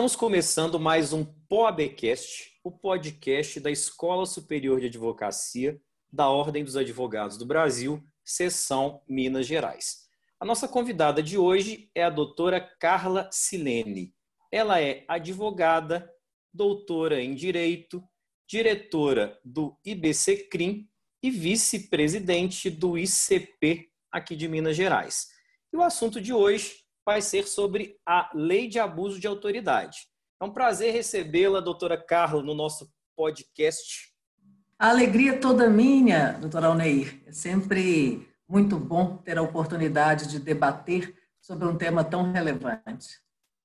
Estamos começando mais um POABcast, o podcast da Escola Superior de Advocacia da Ordem dos Advogados do Brasil, seção Minas Gerais. A nossa convidada de hoje é a doutora Carla Silene. Ela é advogada, doutora em Direito, diretora do IBCCRIM e vice-presidente do ICP aqui de Minas Gerais. E o assunto de hoje vai ser sobre a Lei de Abuso de Autoridade. É um prazer recebê-la, doutora Carla, no nosso podcast. A alegria toda minha, doutora Alneir. É sempre muito bom ter a oportunidade de debater sobre um tema tão relevante.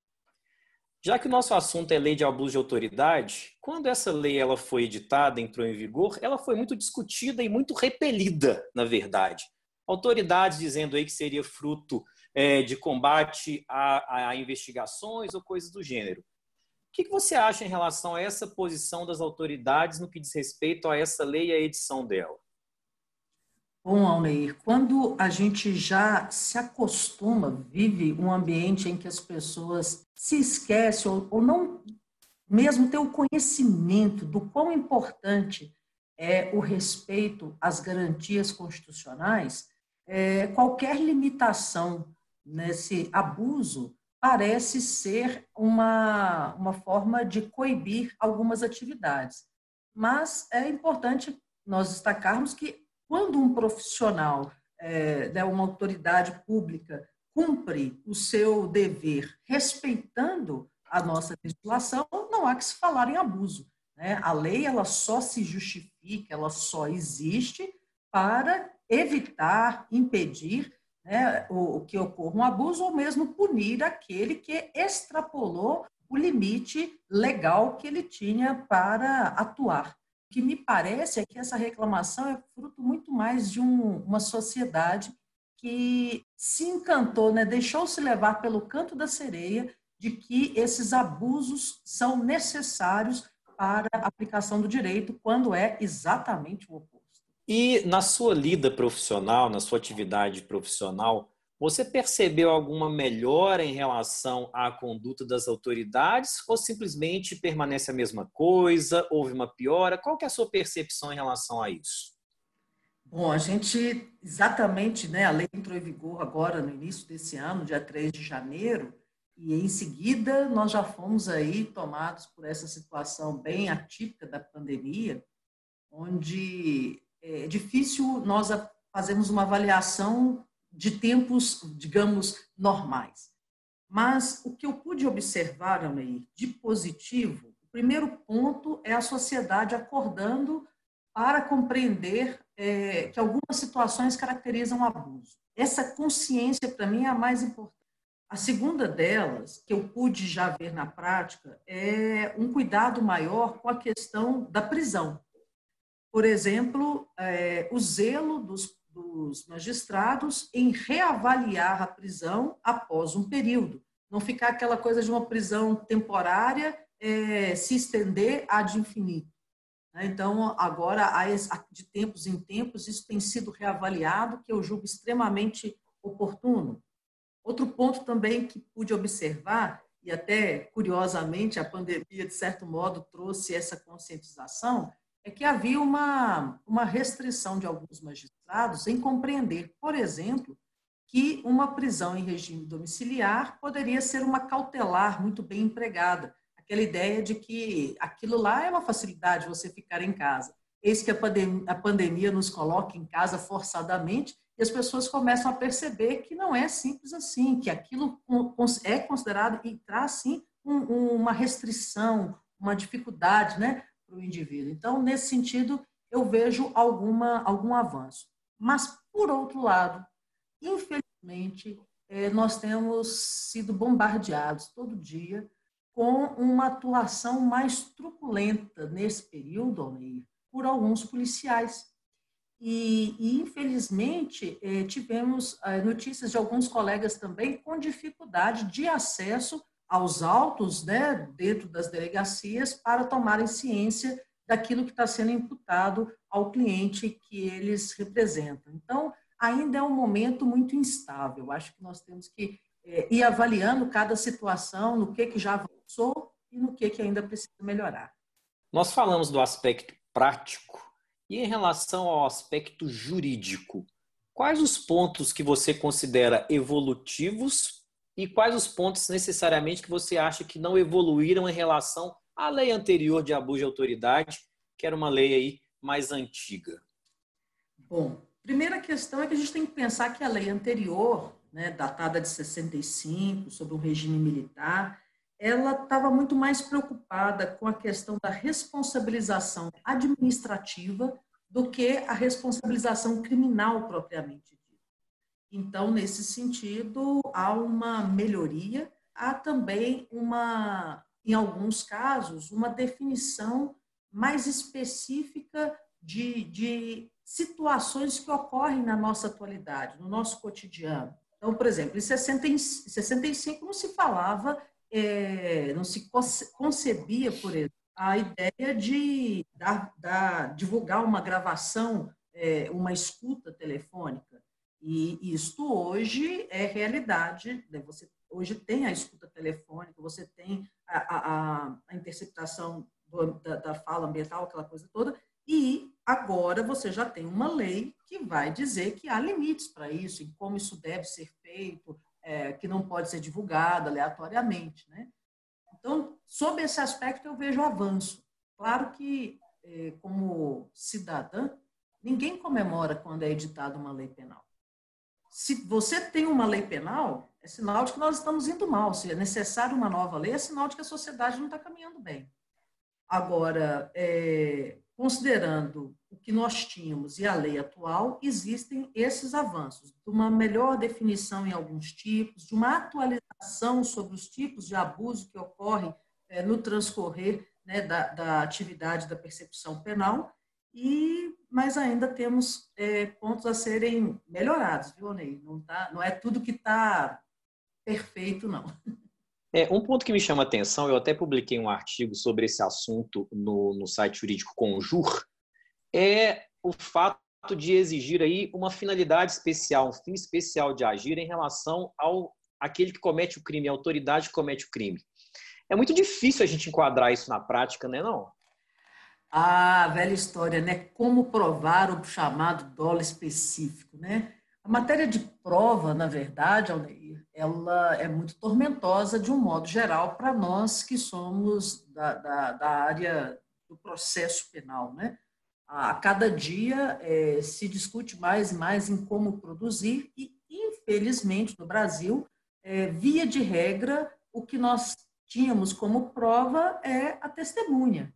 Já que o nosso assunto é Lei de Abuso de Autoridade, quando essa lei ela foi editada, entrou em vigor, ela foi muito discutida e muito repelida, na verdade. Autoridades dizendo aí que seria fruto de combate a investigações ou coisas do gênero. O que você acha em relação a essa posição das autoridades no que diz respeito a essa lei e a edição dela? Bom, Alneir, quando a gente já se acostuma, vive um ambiente em que as pessoas se esquecem ou não mesmo ter o conhecimento do quão importante é o respeito às garantias constitucionais, qualquer limitação nesse abuso parece ser uma forma de coibir algumas atividades. Mas é importante nós destacarmos que quando um profissional, uma autoridade pública, cumpre o seu dever respeitando a nossa legislação, não há que se falar em abuso. A lei ela só se justifica, ela só existe para evitar, impedir o que ocorra um abuso ou mesmo punir aquele que extrapolou o limite legal que ele tinha para atuar. O que me parece é que essa reclamação é fruto muito mais de uma sociedade que se encantou, deixou-se levar pelo canto da sereia de que esses abusos são necessários para a aplicação do direito, quando é exatamente o oposto. E na sua lida profissional, na sua atividade profissional, você percebeu alguma melhora em relação à conduta das autoridades ou simplesmente permanece a mesma coisa, houve uma piora? Qual que é a sua percepção em relação a isso? Bom, a gente, exatamente, a lei entrou em vigor agora no início desse ano, dia 3 de janeiro, e em seguida nós já fomos aí tomados por essa situação bem atípica da pandemia, onde é difícil nós fazermos uma avaliação de tempos, digamos, normais. Mas o que eu pude observar, Alneir, de positivo, o primeiro ponto é a sociedade acordando para compreender que algumas situações caracterizam abuso. Essa consciência, para mim, é a mais importante. A segunda delas, que eu pude já ver na prática, é um cuidado maior com a questão da prisão. Por exemplo, o zelo dos magistrados em reavaliar a prisão após um período. Não ficar aquela coisa de uma prisão temporária se estender ad infinito. Então, agora, de tempos em tempos, isso tem sido reavaliado, que eu julgo extremamente oportuno. Outro ponto também que pude observar, e até curiosamente a pandemia, de certo modo, trouxe essa conscientização, é que havia uma restrição de alguns magistrados em compreender, por exemplo, que uma prisão em regime domiciliar poderia ser uma cautelar muito bem empregada. Aquela ideia de que aquilo lá é uma facilidade, você ficar em casa. Eis que a pandemia nos coloca em casa forçadamente e as pessoas começam a perceber que não é simples assim, que aquilo é considerado e traz, sim, uma restrição, uma dificuldade, para o indivíduo. Então, nesse sentido, eu vejo algum avanço. Mas, por outro lado, infelizmente, nós temos sido bombardeados todo dia com uma atuação mais truculenta nesse período, Alneir, por alguns policiais. E infelizmente, tivemos notícias de alguns colegas também com dificuldade de acesso aos autos, dentro das delegacias, para tomarem ciência daquilo que está sendo imputado ao cliente que eles representam. Então, ainda é um momento muito instável. Acho que nós temos que ir avaliando cada situação, no que já avançou e no que ainda precisa melhorar. Nós falamos do aspecto prático e em relação ao aspecto jurídico, quais os pontos que você considera evolutivos e quais os pontos necessariamente que você acha que não evoluíram em relação à lei anterior de abuso de autoridade, que era uma lei aí mais antiga? Bom, primeira questão é que a gente tem que pensar que a lei anterior, né, datada de 65, sobre o regime militar, ela estava muito mais preocupada com a questão da responsabilização administrativa do que a responsabilização criminal propriamente dita. Então, nesse sentido, há uma melhoria, há também em alguns casos, uma definição mais específica de situações que ocorrem na nossa atualidade, no nosso cotidiano. Então, por exemplo, em 65 não se falava, não se concebia, por exemplo, a ideia de divulgar uma gravação, uma escuta telefônica. E isto hoje é realidade, né? Você hoje tem a escuta telefônica, você tem a interceptação da fala ambiental, aquela coisa toda, e agora você já tem uma lei que vai dizer que há limites para isso, em como isso deve ser feito, que não pode ser divulgado aleatoriamente, né? Então, sob esse aspecto, eu vejo avanço. Claro que, como cidadã, ninguém comemora quando é editada uma lei penal. Se você tem uma lei penal, é sinal de que nós estamos indo mal. Se é necessário uma nova lei, é sinal de que a sociedade não está caminhando bem. Agora, considerando o que nós tínhamos e a lei atual, existem esses avanços, de uma melhor definição em alguns tipos, de uma atualização sobre os tipos de abuso que ocorrem no transcorrer, né, da atividade da persecução penal, mas ainda temos pontos a serem melhorados, viu, Ney? Não é tudo que está perfeito, não. Um ponto que me chama a atenção, eu até publiquei um artigo sobre esse assunto no site jurídico Conjur, é o fato de exigir aí uma finalidade especial, um fim especial de agir em relação àquele que comete o crime, a autoridade que comete o crime. É muito difícil a gente enquadrar isso na prática, né, não? A velha história, né? Como provar o chamado dolo específico, né? A matéria de prova, na verdade, Alneir, ela é muito tormentosa de um modo geral para nós que somos da área do processo penal, né? A cada dia se discute mais e mais em como produzir e, infelizmente, no Brasil, via de regra, o que nós tínhamos como prova é a testemunha.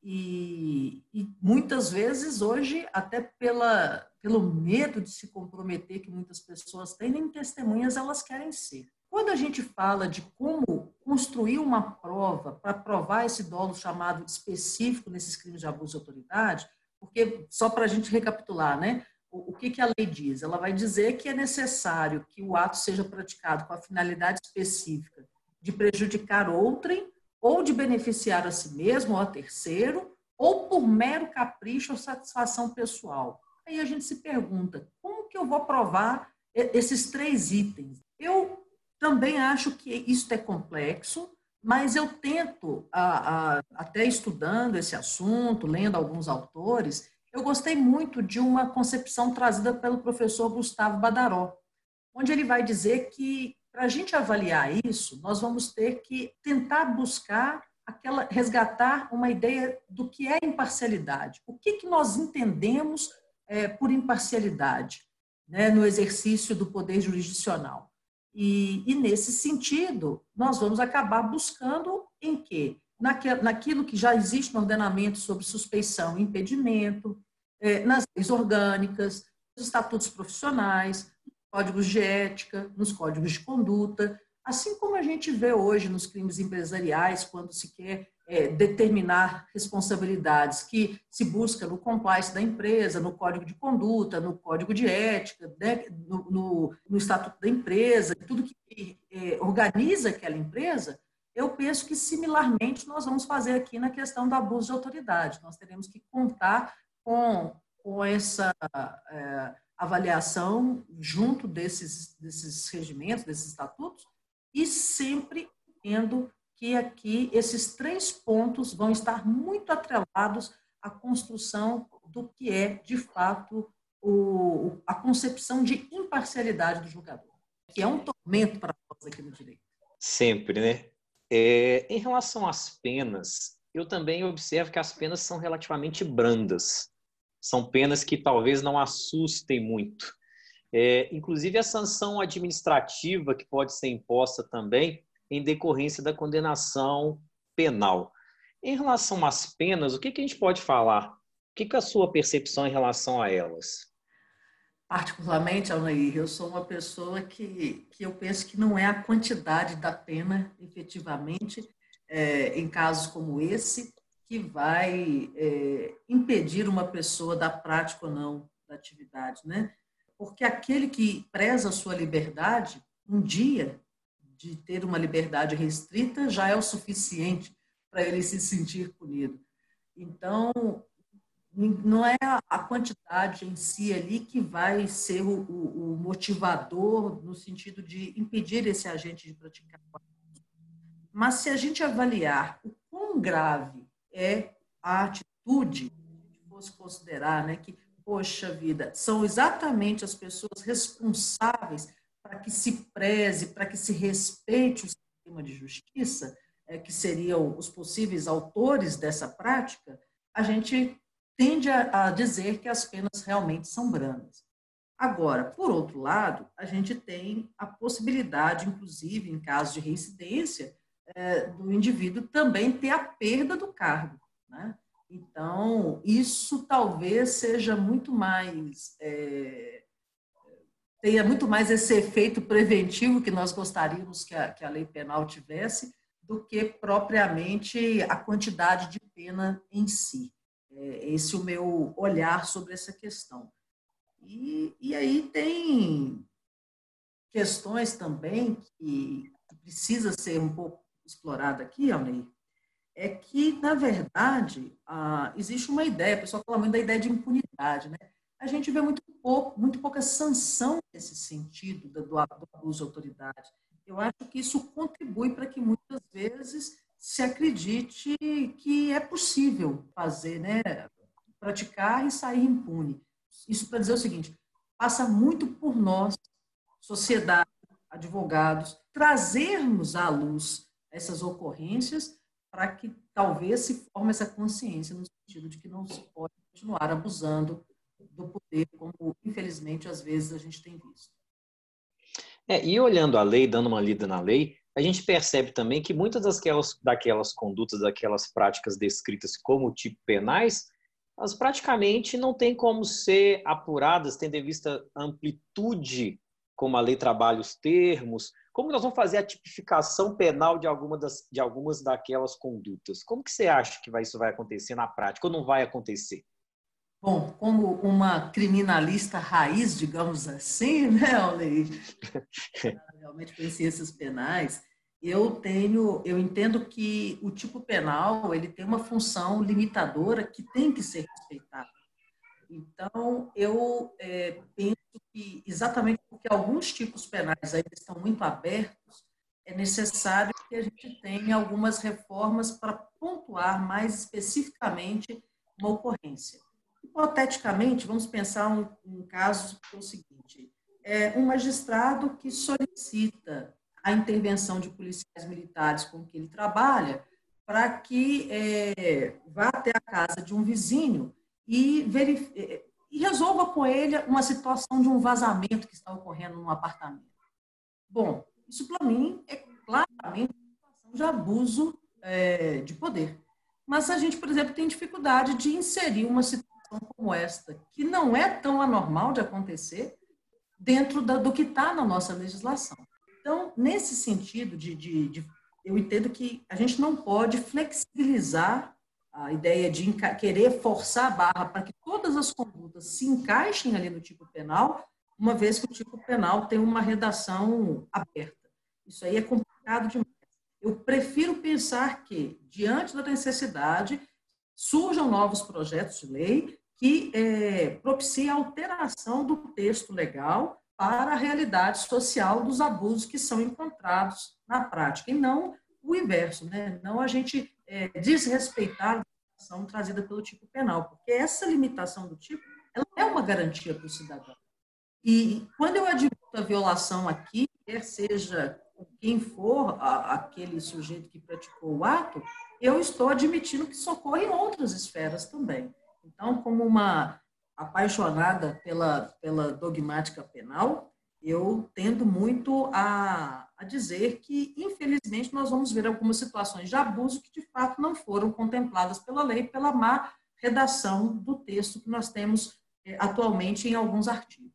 E muitas vezes, hoje, até pelo medo de se comprometer que muitas pessoas têm, nem testemunhas elas querem ser. Quando a gente fala de como construir uma prova para provar esse dolo chamado específico nesses crimes de abuso de autoridade, porque, só para a gente recapitular, né? O que a lei diz? Ela vai dizer que é necessário que o ato seja praticado com a finalidade específica de prejudicar outrem, ou de beneficiar a si mesmo ou a terceiro, ou por mero capricho ou satisfação pessoal. Aí a gente se pergunta, como que eu vou provar esses três itens? Eu também acho que isso é complexo, mas eu tento, até estudando esse assunto, lendo alguns autores, eu gostei muito de uma concepção trazida pelo professor Gustavo Badaró, onde ele vai dizer que, para a gente avaliar isso, nós vamos ter que tentar buscar resgatar uma ideia do que é imparcialidade. O que nós entendemos por imparcialidade, né, no exercício do poder jurisdicional. E nesse sentido, nós vamos acabar buscando em quê? Naquilo que já existe no ordenamento sobre suspeição e impedimento, nas leis orgânicas, nos estatutos profissionais, códigos de ética, nos códigos de conduta, assim como a gente vê hoje nos crimes empresariais, quando se quer determinar responsabilidades que se busca no compliance da empresa, no código de conduta, no código de ética, né, no estatuto da empresa, tudo que organiza aquela empresa, eu penso que, similarmente, nós vamos fazer aqui na questão do abuso de autoridade. Nós teremos que contar com essa avaliação junto desses regimentos, desses estatutos, e sempre entendo que aqui esses 3 pontos vão estar muito atrelados à construção do que é, de fato, a concepção de imparcialidade do julgador, que é um tormento para nós aqui no direito. Sempre, né? Em relação às penas, eu também observo que as penas são relativamente brandas. São penas que talvez não assustem muito. Inclusive a sanção administrativa que pode ser imposta também em decorrência da condenação penal. Em relação às penas, o que a gente pode falar? O que é a sua percepção em relação a elas? Particularmente, Alnair, eu sou uma pessoa que eu penso que não é a quantidade da pena, efetivamente, em casos como esse, que vai impedir uma pessoa da prática ou não da atividade, né? Porque aquele que preza a sua liberdade, um dia de ter uma liberdade restrita já é o suficiente para ele se sentir punido. Então, não é a quantidade em si ali que vai ser o motivador no sentido de impedir esse agente de praticar. Mas se a gente avaliar o quão grave é a atitude, se fosse considerar, né, que, poxa vida, são exatamente as pessoas responsáveis para que se preze, para que se respeite o sistema de justiça, que seriam os possíveis autores dessa prática, a gente tende a dizer que as penas realmente são brandas. Agora, por outro lado, a gente tem a possibilidade, inclusive em caso de reincidência, do indivíduo também ter a perda do cargo, né? Então, isso talvez seja muito mais, tenha muito mais esse efeito preventivo que nós gostaríamos que a lei penal tivesse, do que propriamente a quantidade de pena em si. Esse é o meu olhar sobre essa questão. E aí tem questões também que precisa ser um pouco explorada aqui, Alnei, é que, na verdade, existe uma ideia, o pessoal fala muito da ideia de impunidade, né? A gente vê muito pouca sanção nesse sentido do abuso de autoridade. Eu acho que isso contribui para que muitas vezes se acredite que é possível fazer, né? Praticar e sair impune. Isso para dizer o seguinte, passa muito por nós, sociedade, advogados, trazermos à luz essas ocorrências para que talvez se forme essa consciência no sentido de que não se pode continuar abusando do poder, como infelizmente às vezes a gente tem visto. E olhando a lei, dando uma lida na lei, a gente percebe também que muitas daquelas condutas, daquelas práticas descritas como tipo penais, elas praticamente não têm como ser apuradas, tendo em vista a amplitude como a lei trabalha os termos. Como nós vamos fazer a tipificação penal de algumas daquelas condutas? Como que você acha que isso vai acontecer na prática ou não vai acontecer? Bom, como uma criminalista raiz, digamos assim, né, Alneir? Realmente com ciências penais, eu entendo que o tipo penal ele tem uma função limitadora que tem que ser respeitada. Então, eu penso que, exatamente porque alguns tipos penais ainda estão muito abertos, é necessário que a gente tenha algumas reformas para pontuar mais especificamente uma ocorrência. Hipoteticamente, vamos pensar um caso que é o seguinte, um magistrado que solicita a intervenção de policiais militares com que ele trabalha para que vá até a casa de um vizinho e resolva com ele uma situação de um vazamento que está ocorrendo no apartamento. Bom, isso para mim é claramente uma situação de abuso de poder. Mas a gente, por exemplo, tem dificuldade de inserir uma situação como esta, que não é tão anormal de acontecer dentro do que está na nossa legislação. Então, nesse sentido, eu entendo que a gente não pode flexibilizar a ideia de querer forçar a barra para que todas as condutas se encaixem ali no tipo penal, uma vez que o tipo penal tem uma redação aberta. Isso aí é complicado demais. Eu prefiro pensar que, diante da necessidade, surjam novos projetos de lei que propiciem a alteração do texto legal para a realidade social dos abusos que são encontrados na prática, e não o inverso, né? Não a gente desrespeitar a limitação trazida pelo tipo penal, porque essa limitação do tipo ela é uma garantia para o cidadão. E quando eu admito a violação aqui, quer seja quem for aquele sujeito que praticou o ato, eu estou admitindo que isso ocorre em outras esferas também. Então, como uma apaixonada pela dogmática penal, eu tendo muito a dizer que, infelizmente, nós vamos ver algumas situações de abuso que, de fato, não foram contempladas pela lei, pela má redação do texto que nós temos atualmente em alguns artigos.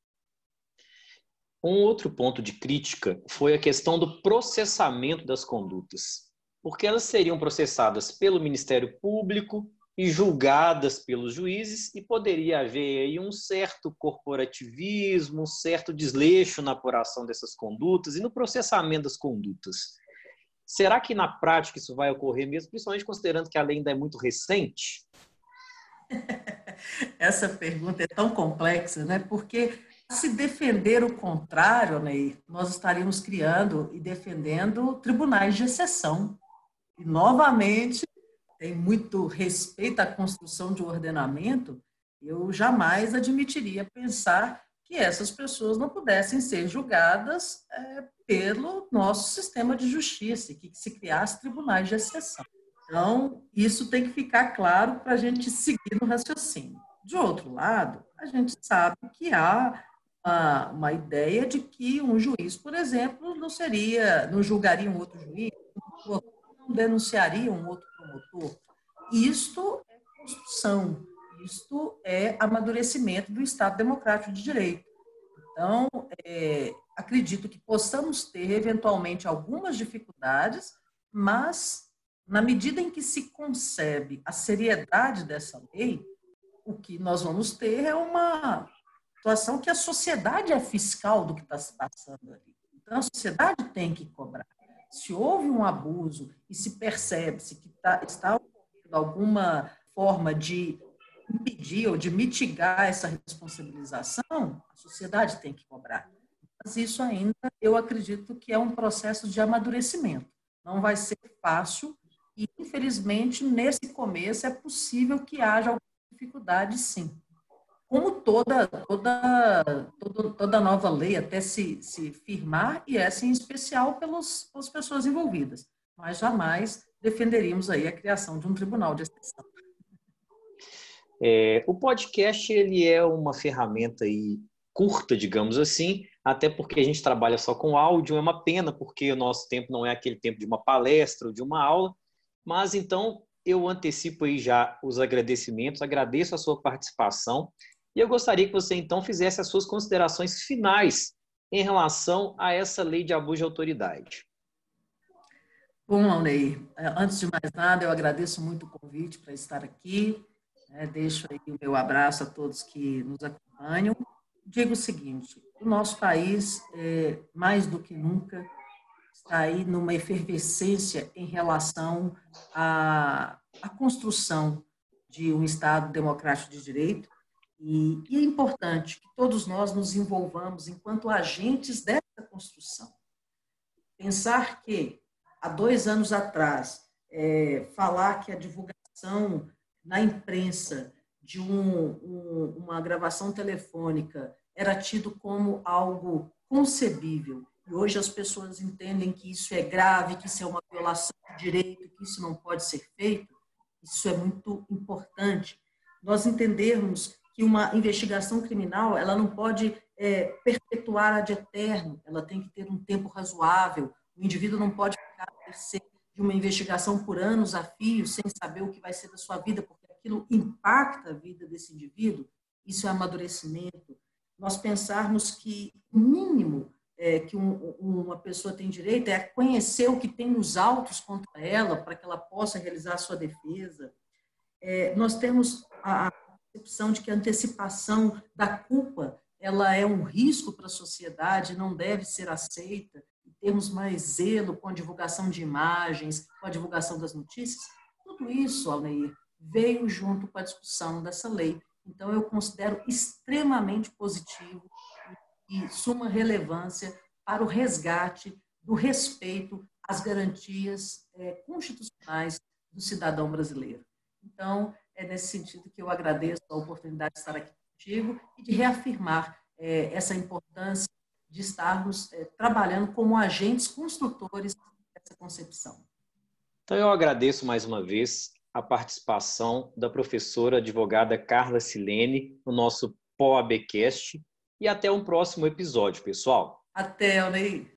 Um outro ponto de crítica foi a questão do processamento das condutas, porque elas seriam processadas pelo Ministério Público e julgadas pelos juízes, e poderia haver aí um certo corporativismo, um certo desleixo na apuração dessas condutas e no processamento das condutas. Será que na prática isso vai ocorrer mesmo, principalmente considerando que a lei ainda é muito recente? Essa pergunta é tão complexa, né? Porque se defender o contrário, Ney, nós estaríamos criando e defendendo tribunais de exceção. E, novamente, tem muito respeito à construção de um ordenamento, eu jamais admitiria pensar que essas pessoas não pudessem ser julgadas pelo nosso sistema de justiça, que se criasse tribunais de exceção. Então, isso tem que ficar claro para a gente seguir no raciocínio. De outro lado, a gente sabe que há uma ideia de que um juiz, por exemplo, não julgaria um outro juiz, não denunciaria um outro promotor. Isto é construção, isto é amadurecimento do Estado Democrático de Direito. Então, acredito que possamos ter, eventualmente, algumas dificuldades, mas, na medida em que se concebe a seriedade dessa lei, o que nós vamos ter é uma situação que a sociedade é fiscal do que está se passando ali. Então, a sociedade tem que cobrar. Se houve um abuso e se percebe-se que está ocorrendo alguma forma de impedir ou de mitigar essa responsabilização, a sociedade tem que cobrar. Mas isso ainda, eu acredito que é um processo de amadurecimento. Não vai ser fácil e, infelizmente, nesse começo é possível que haja alguma dificuldade, sim. Como toda nova lei, até se firmar, e essa em especial pelas pessoas envolvidas. Mas jamais defenderíamos aí a criação de um tribunal de exceção. O podcast ele é uma ferramenta aí curta, digamos assim, até porque a gente trabalha só com áudio, é uma pena, porque o nosso tempo não é aquele tempo de uma palestra ou de uma aula, mas então eu antecipo aí já os agradecimentos, agradeço a sua participação, e eu gostaria que você então fizesse as suas considerações finais em relação a essa lei de abuso de autoridade. Bom, Alnei, antes de mais nada, eu agradeço muito o convite para estar aqui, deixo aí o meu abraço a todos que nos acompanham. Digo o seguinte, o nosso país, mais do que nunca, está aí numa efervescência em relação à construção de um Estado democrático de direito, e é importante que todos nós nos envolvamos enquanto agentes dessa construção. Pensar que, há 2 anos atrás, falar que a divulgação na imprensa de uma gravação telefônica era tido como algo concebível, e hoje as pessoas entendem que isso é grave, que isso é uma violação de direito, que isso não pode ser feito, isso é muito importante. Nós entendermos que uma investigação criminal ela não pode perpetuar ad eterno, ela tem que ter um tempo razoável, o indivíduo não pode ficar a mercê de uma investigação por anos a fio, sem saber o que vai ser da sua vida, porque aquilo impacta a vida desse indivíduo, isso é amadurecimento. Nós pensarmos que o mínimo que uma pessoa tem direito é conhecer o que tem nos autos contra ela, para que ela possa realizar a sua defesa. Nós temos a percepção de que a antecipação da culpa ela é um risco para a sociedade, não deve ser aceita, e termos mais zelo com a divulgação de imagens, com a divulgação das notícias. Tudo isso, Alneir, veio junto com a discussão dessa lei. Então, eu considero extremamente positivo de suma relevância para o resgate do respeito às garantias constitucionais do cidadão brasileiro. Então, é nesse sentido que eu agradeço a oportunidade de estar aqui contigo e de reafirmar essa importância de estarmos trabalhando como agentes construtores dessa concepção. Então, eu agradeço mais uma vez a participação da professora advogada Carla Silene no nosso POABcast e até um próximo episódio, pessoal. Até, Alnei.